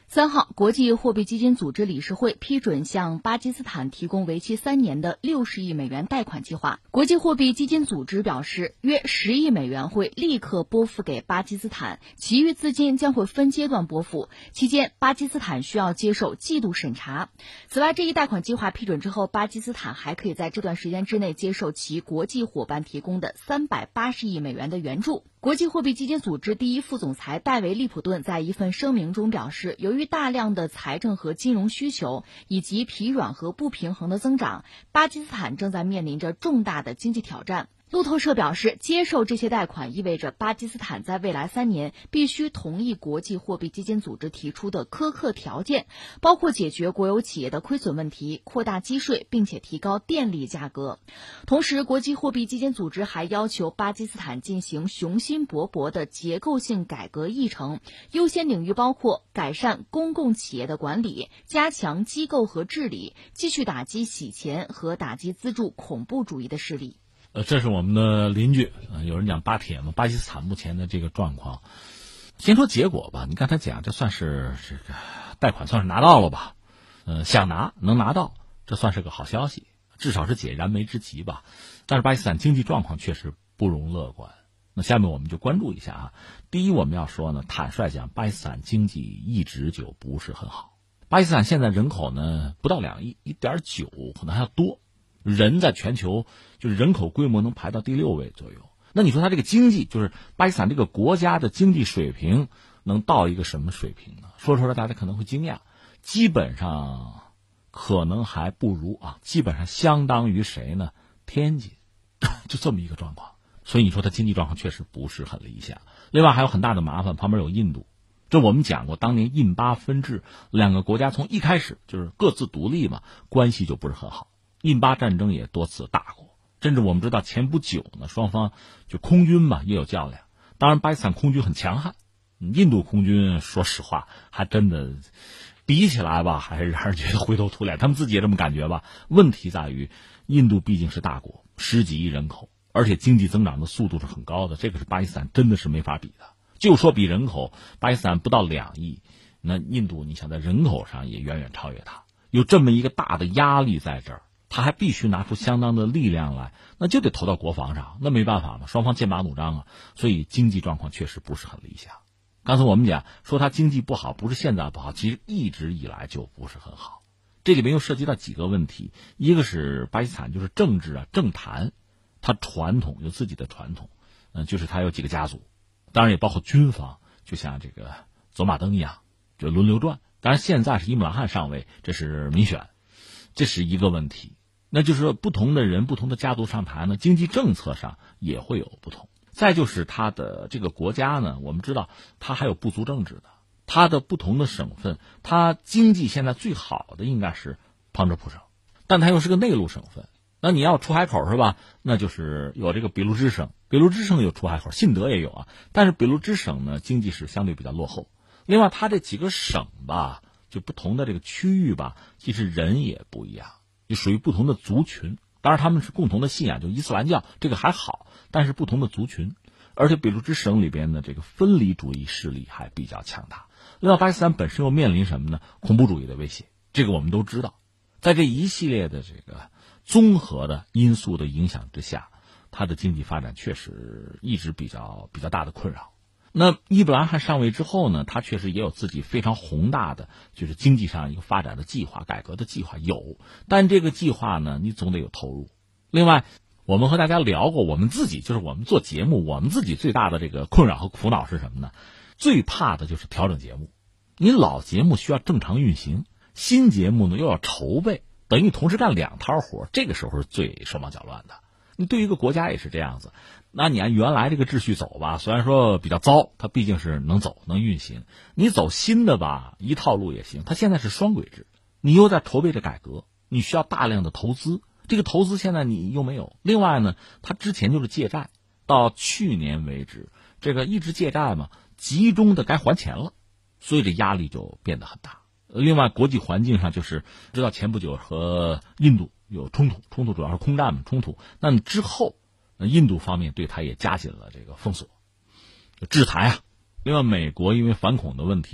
3号，国际货币基金组织理事会批准向巴基斯坦提供为期3年的60亿美元贷款计划。国际货币基金组织表示，约10亿美元会立刻拨付给巴基斯坦，其余资金将会分阶段拨付，期间巴基斯坦需要接受季度审查。此外，这一贷款计划批准之后，巴基斯坦还可以在这段时间之内接受其国际伙伴提供的380亿美元的援助。国际货币基金组织第一副总裁戴维·利普顿在一份声明中表示，由于大量的财政和金融需求以及疲软和不平衡的增长，巴基斯坦正在面临着重大的经济挑战。路透社表示，接受这些贷款意味着巴基斯坦在未来3年必须同意国际货币基金组织提出的苛刻条件，包括解决国有企业的亏损问题、扩大积税，并且提高电力价格。同时，国际货币基金组织还要求巴基斯坦进行雄心勃勃的结构性改革议程，优先领域包括改善公共企业的管理、加强机构和治理、继续打击洗钱和打击资助恐怖主义的势力。 这是我们的邻居，有人讲巴铁嘛，巴基斯坦目前的这个状况。先说结果吧，你刚才讲这算是这个贷款算是拿到了吧？想拿能拿到，这算是个好消息，至少是解燃眉之急吧。但是巴基斯坦经济状况确实不容乐观。那下面我们就关注一下啊。第一，我们要说呢，坦率讲，巴基斯坦经济一直就不是很好。巴基斯坦现在人口呢不到2亿，1.9可能还要多。人在全球就是人口规模能排到第6位左右，那你说它这个经济，就是巴基斯坦这个国家的经济水平能到一个什么水平呢？说出来大家可能会惊讶，基本上可能还不如基本上相当于谁呢？天津，就这么一个状况。所以你说它经济状况确实不是很理想。另外还有很大的麻烦，旁边有印度。这我们讲过，当年印巴分治，2个国家从一开始就是各自独立嘛，关系就不是很好。印巴战争也多次打过，甚至我们知道前不久呢，双方就空军嘛也有较量。当然巴基斯坦空军很强悍，印度空军说实话还真的比起来吧，还是让人觉得灰头土脸，他们自己也这么感觉吧。问题在于印度毕竟是大国，10几亿人口，而且经济增长的速度是很高的，这个是巴基斯坦真的是没法比的。就说比人口，巴基斯坦不到2亿，那印度你想在人口上也远远超越它，有这么一个大的压力在这儿，他还必须拿出相当的力量来，那就得投到国防上，那没办法嘛，双方剑拔弩张啊，所以经济状况确实不是很理想。刚才我们讲说他经济不好，不是现在不好，其实一直以来就不是很好。这里面又涉及到几个问题，一个是巴基斯坦就是政治政坛，他传统有自己的传统，就是他有几个家族，当然也包括军方，就像这个走马灯一样，就轮流转。当然现在是伊姆兰汗上位，这是民选，这是一个问题。那就是说不同的人不同的家族上台呢，经济政策上也会有不同。再就是他的这个国家呢，我们知道他还有部族政治的，他的不同的省份，他经济现在最好的应该是旁遮普省，但他又是个内陆省份。那你要出海口是吧？那就是有这个俾路支省，俾路支省有出海口，信德也有但是俾路支省呢经济是相对比较落后。另外他这几个省吧，就不同的这个区域吧，其实人也不一样，就属于不同的族群。当然他们是共同的信仰，就伊斯兰教，这个还好，但是不同的族群。而且俾路支省里边的这个分离主义势力还比较强大。另外巴基斯坦本身又面临什么呢？恐怖主义的威胁，这个我们都知道。在这一系列的这个综合的因素的影响之下，它的经济发展确实一直比较大的困扰。那伊姆兰汗上位之后呢，他确实也有自己非常宏大的就是经济上一个发展的计划，改革的计划有，但这个计划呢，你总得有投入。另外我们和大家聊过，我们自己就是我们做节目，我们自己最大的这个困扰和苦恼是什么呢？最怕的就是调整节目。你老节目需要正常运行，新节目呢又要筹备，等于同时干2摊活，这个时候是最手忙脚乱的。你对于一个国家也是这样子，那你按原来这个秩序走吧，虽然说比较糟，它毕竟是能走能运行。你走新的吧，一套路也行。它现在是双轨制，你又在筹备着改革，你需要大量的投资，这个投资现在你又没有。另外呢，它之前就是借债，到去年为止，这个一直借债嘛，集中的该还钱了，所以这压力就变得很大。另外国际环境上就是知道前不久和印度有冲突主要是空战嘛冲突，那么之后印度方面对他也加紧了这个封锁制裁另外美国因为反恐的问题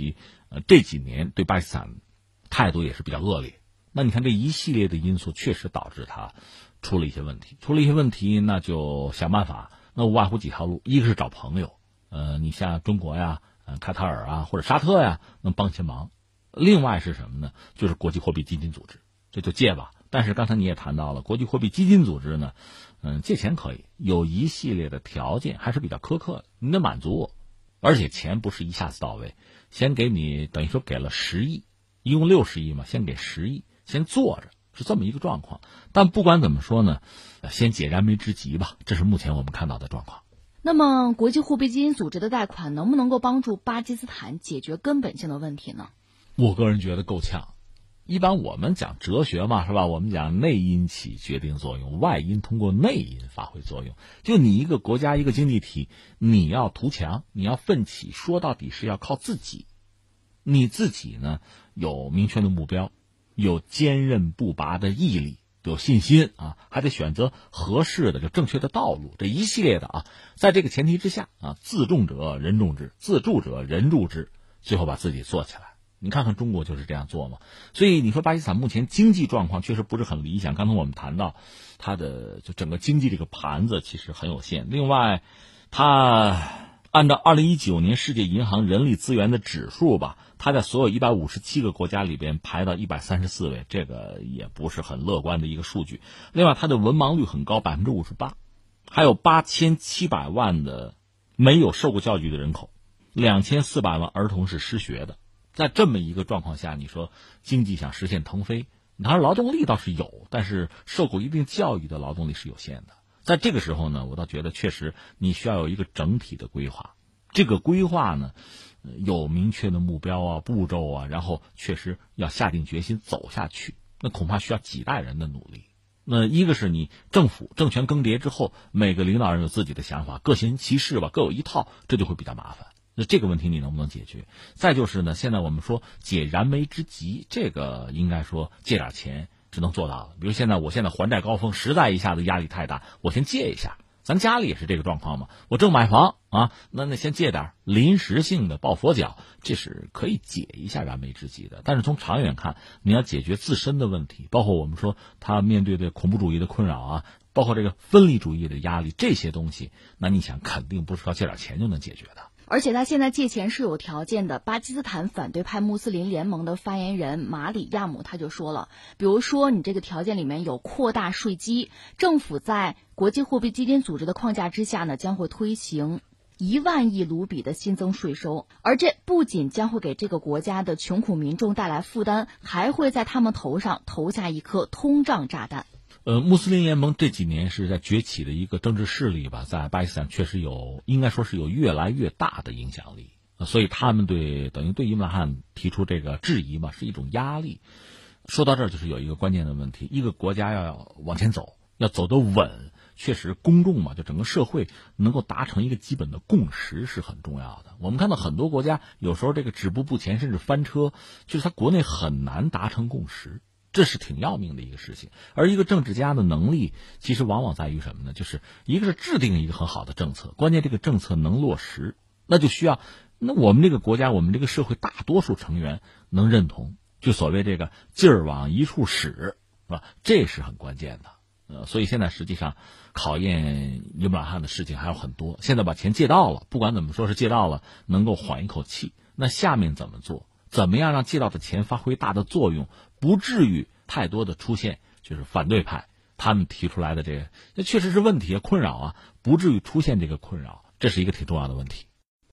这几年对巴基斯坦态度也是比较恶劣。那你看这一系列的因素确实导致他出了一些问题，那就想办法，那无外乎几条路，一个是找朋友，你像中国呀、卡塔尔啊或者沙特呀能帮些忙，另外是什么呢？就是国际货币基金组织，这就借吧。但是刚才你也谈到了，国际货币基金组织呢，借钱可以，有一系列的条件还是比较苛刻的，你得满足我，而且钱不是一下子到位，先给你等于说给了10亿，一共60亿嘛，先给10亿。先坐着是这么一个状况，但不管怎么说呢，先解燃眉之急吧，这是目前我们看到的状况。 那么，国际货币基金组织的贷款能不能够帮助巴基斯坦解决根本性的问题呢？ 我个人觉得够呛。一般我们讲哲学嘛，是吧？我们讲内因起决定作用，外因通过内因发挥作用。就你一个国家一个经济体，你要图强，你要奋起，说到底是要靠自己。你自己呢有明确的目标。有坚韧不拔的毅力，有信心啊，还得选择合适的、就正确的道路，这一系列的啊，在这个前提之下啊，自重者人重之，自助者人助之，最后把自己做起来。你看看中国就是这样做嘛。所以你说巴基斯坦目前经济状况确实不是很理想，刚才我们谈到它的就整个经济这个盘子其实很有限。另外，它按照2019年世界银行人力资源的指数吧，它在所有157个国家里边排到134位，这个也不是很乐观的一个数据。另外，它的文盲率很高，58%，还有8700万的没有受过教育的人口，2400万儿童是失学的。在这么一个状况下，你说经济想实现腾飞，当然劳动力倒是有，但是受过一定教育的劳动力是有限的。在这个时候呢，我倒觉得确实你需要有一个整体的规划。这个规划呢，有明确的目标啊、步骤啊，然后确实要下定决心走下去。那恐怕需要几代人的努力。那一个是你政府政权更迭之后，每个领导人有自己的想法，各行其事吧，各有一套，这就会比较麻烦。那这个问题你能不能解决？再就是呢，现在我们说解燃眉之急，这个应该说借点钱是能做到的。比如我现在还债高峰，实在一下子压力太大，我先借一下。咱家里也是这个状况嘛，我正买房啊，那先借点临时性的抱佛脚，这是可以解一下燃眉之急的。但是从长远看，你要解决自身的问题，包括我们说他面对的恐怖主义的困扰啊，包括这个分离主义的压力，这些东西，那你想肯定不是靠借点钱就能解决的。 而且他现在借钱是有条件的。巴基斯坦反对派穆斯林联盟的发言人马里亚姆他就说了，比如说你这个条件里面有扩大税基，政府在国际货币基金组织的框架之下呢，将会推行1万亿卢比的新增税收，而这不仅将会给这个国家的穷苦民众带来负担，还会在他们头上投下一颗通胀炸弹。 穆斯林联盟这几年是在崛起的一个政治势力吧，在巴基斯坦确实应该说是有越来越大的影响力，所以他们等于对伊姆兰汗提出这个质疑嘛，是一种压力。说到这儿，就是有一个关键的问题，一个国家要往前走，要走得稳，确实公众嘛，就整个社会能够达成一个基本的共识是很重要的。我们看到很多国家有时候这个止步不前，甚至翻车，就是它国内很难达成共识。这是挺要命的一个事情。而一个政治家的能力其实往往在于什么呢？就是一个是制定一个很好的政策，关键这个政策能落实，那就需要我们这个国家，我们这个社会大多数成员能认同，就所谓这个劲儿往一处使，是吧？这是很关键的。所以现在实际上考验伊姆兰汗的事情还有很多。现在把钱借到了，不管怎么说是借到了，能够缓一口气。那下面怎么做？怎么样让借到的钱发挥大的作用，不至于太多的出现就是反对派他们提出来的这确实是问题啊、困扰啊，不至于出现这个困扰，这是一个挺重要的问题。